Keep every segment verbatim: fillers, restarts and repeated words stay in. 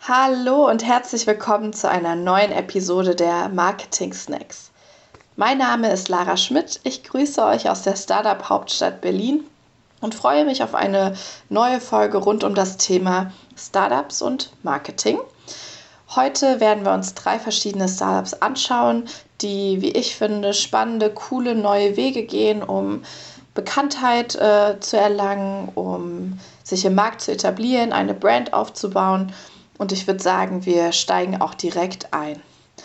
Hallo und herzlich willkommen zu einer neuen Episode der Marketing Snacks. Mein Name ist Lara Schmidt, ich grüße euch aus der Startup-Hauptstadt Berlin und freue mich auf eine neue Folge rund um das Thema Startups und Marketing. Heute werden wir uns drei verschiedene Startups anschauen, die, wie ich finde, spannende, coole neue Wege gehen, um Bekanntheit äh, zu erlangen, um sich im Markt zu etablieren, eine Brand aufzubauen. Und ich würde sagen, wir steigen auch direkt ein.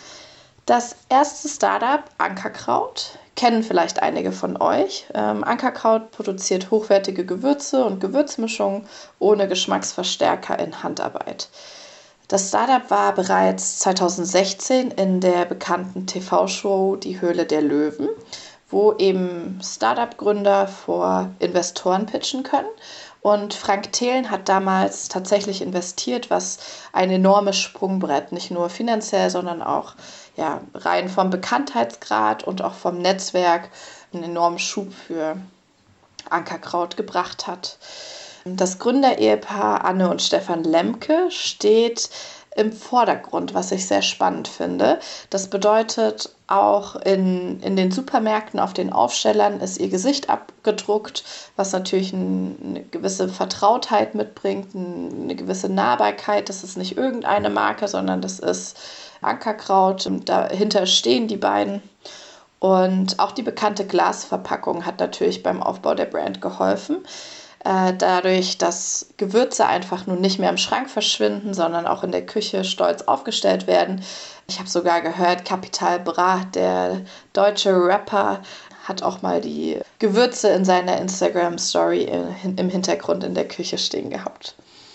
Das erste Startup, Ankerkraut, kennen vielleicht einige von euch. Ähm, Ankerkraut produziert hochwertige Gewürze und Gewürzmischungen ohne Geschmacksverstärker in Handarbeit. Das Startup war bereits zweitausendsechzehn in der bekannten T V-Show Die Höhle der Löwen, wo eben Startup-Gründer vor Investoren pitchen können. Und Frank Thelen hat damals tatsächlich investiert, was ein enormes Sprungbrett, nicht nur finanziell, sondern auch ja, rein vom Bekanntheitsgrad und auch vom Netzwerk einen enormen Schub für Ankerkraut gebracht hat. Das Gründerehepaar Anne und Stefan Lemke steht im Vordergrund, was ich sehr spannend finde. Das bedeutet, auch in, in den Supermärkten auf den Aufstellern ist ihr Gesicht abgedruckt, was natürlich ein, eine gewisse Vertrautheit mitbringt, eine gewisse Nahbarkeit. Das ist nicht irgendeine Marke, sondern das ist Ankerkraut. Dahinter stehen die beiden. Und auch die bekannte Glasverpackung hat natürlich beim Aufbau der Brand geholfen. Äh, dadurch, dass Gewürze einfach nun nicht mehr im Schrank verschwinden, sondern auch in der Küche stolz aufgestellt werden. Ich habe sogar gehört, Capital Bra, der deutsche Rapper, hat auch mal die Gewürze in seiner Instagram-Story im Hintergrund in der Küche stehen gehabt.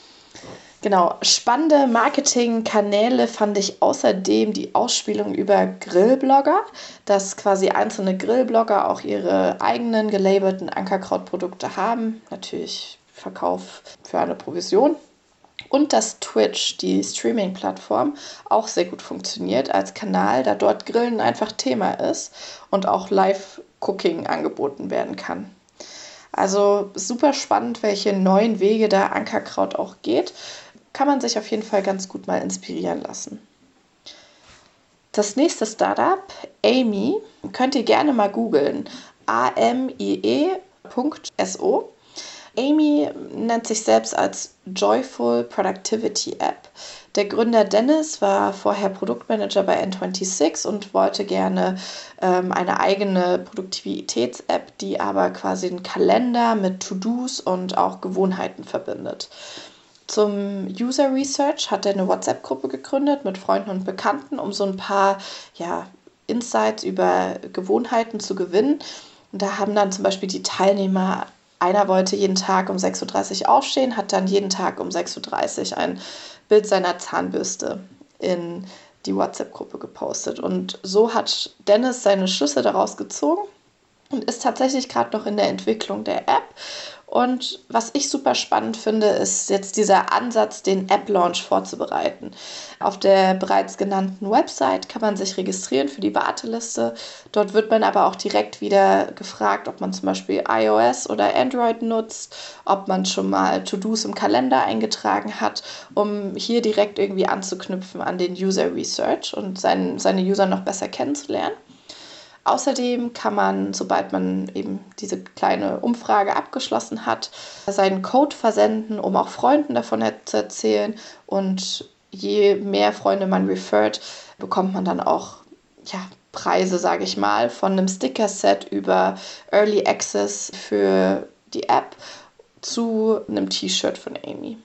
Genau, spannende Marketingkanäle fand ich außerdem die Ausspielung über Grillblogger, dass quasi einzelne Grillblogger auch ihre eigenen gelabelten Ankerkrautprodukte haben. Natürlich Verkauf für eine Provision. Und dass Twitch, die Streaming-Plattform, auch sehr gut funktioniert als Kanal, da dort Grillen einfach Thema ist und auch Live-Cooking angeboten werden kann. Also super spannend, welche neuen Wege da Ankerkraut auch geht. Kann man sich auf jeden Fall ganz gut mal inspirieren lassen. Das nächste Startup, Amie, könnt ihr gerne mal googeln. A M I E Punkt S O. Amie nennt sich selbst als Joyful Productivity App. Der Gründer Dennis war vorher Produktmanager bei N sechsundzwanzig und wollte gerne ähm, eine eigene Produktivitäts-App, die aber quasi einen Kalender mit To-Dos und auch Gewohnheiten verbindet. Zum User Research hat er eine WhatsApp-Gruppe gegründet mit Freunden und Bekannten, um so ein paar ja, Insights über Gewohnheiten zu gewinnen. Und da haben dann zum Beispiel die Teilnehmer, einer wollte jeden Tag um sechs Uhr dreißig aufstehen, hat dann jeden Tag um sechs Uhr dreißig ein Bild seiner Zahnbürste in die WhatsApp-Gruppe gepostet. Und so hat Dennis seine Schlüsse daraus gezogen und ist tatsächlich gerade noch in der Entwicklung der App. Und was ich super spannend finde, ist jetzt dieser Ansatz, den App-Launch vorzubereiten. Auf der bereits genannten Website kann man sich registrieren für die Warteliste. Dort wird man aber auch direkt wieder gefragt, ob man zum Beispiel iOS oder Android nutzt, ob man schon mal To-Dos im Kalender eingetragen hat, um hier direkt irgendwie anzuknüpfen an den User Research und sein, seine User noch besser kennenzulernen. Außerdem kann man, sobald man eben diese kleine Umfrage abgeschlossen hat, seinen Code versenden, um auch Freunden davon zu erzählen. Und je mehr Freunde man refert, bekommt man dann auch ja, Preise, sage ich mal, von einem Sticker-Set über Early Access für die App zu einem T-Shirt von Amie.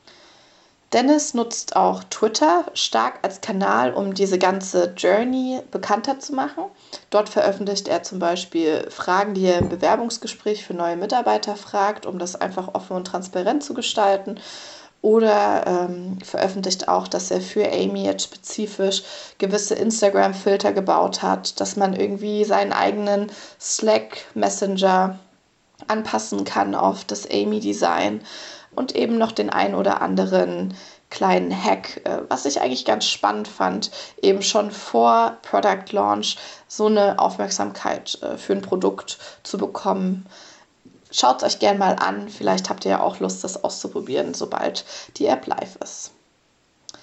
Dennis nutzt auch Twitter stark als Kanal, um diese ganze Journey bekannter zu machen. Dort veröffentlicht er zum Beispiel Fragen, die er im Bewerbungsgespräch für neue Mitarbeiter fragt, um das einfach offen und transparent zu gestalten. Oder ähm, veröffentlicht auch, dass er für Amie jetzt spezifisch gewisse Instagram-Filter gebaut hat, dass man irgendwie seinen eigenen Slack-Messenger anpassen kann auf das Amie-Design. Und eben noch den ein oder anderen kleinen Hack, was ich eigentlich ganz spannend fand, eben schon vor Product Launch so eine Aufmerksamkeit für ein Produkt zu bekommen. Schaut es euch gerne mal an, vielleicht habt ihr ja auch Lust, das auszuprobieren, sobald die App live ist.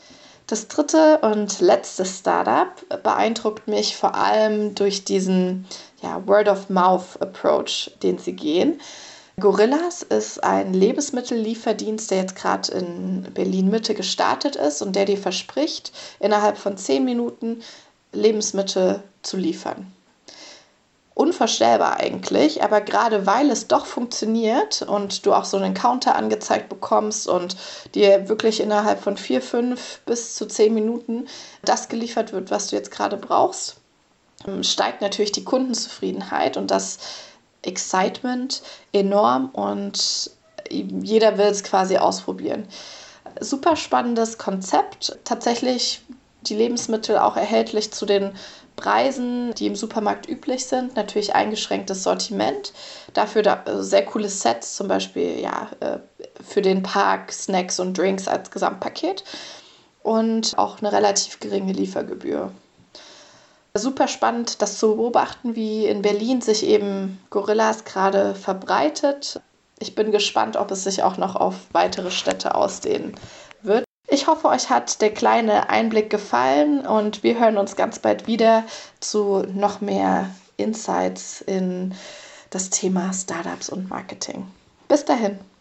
Das dritte und letzte Startup beeindruckt mich vor allem durch diesen ja, Word-of-Mouth-Approach, den sie gehen. Gorillas ist ein Lebensmittellieferdienst, der jetzt gerade in Berlin-Mitte gestartet ist und der dir verspricht, innerhalb von zehn Minuten Lebensmittel zu liefern. Unvorstellbar eigentlich, aber gerade weil es doch funktioniert und du auch so einen Counter angezeigt bekommst und dir wirklich innerhalb von vier, fünf bis zu zehn Minuten das geliefert wird, was du jetzt gerade brauchst, steigt natürlich die Kundenzufriedenheit und das Excitement enorm und jeder will es quasi ausprobieren. Super spannendes Konzept, tatsächlich die Lebensmittel auch erhältlich zu den Preisen, die im Supermarkt üblich sind, natürlich eingeschränktes Sortiment, dafür da, sehr coole Sets, zum Beispiel ja, für den Park, Snacks und Drinks als Gesamtpaket und auch eine relativ geringe Liefergebühr. Super spannend, das zu beobachten, wie in Berlin sich eben Gorillas gerade verbreitet. Ich bin gespannt, ob es sich auch noch auf weitere Städte ausdehnen wird. Ich hoffe, euch hat der kleine Einblick gefallen und wir hören uns ganz bald wieder zu noch mehr Insights in das Thema Startups und Marketing. Bis dahin.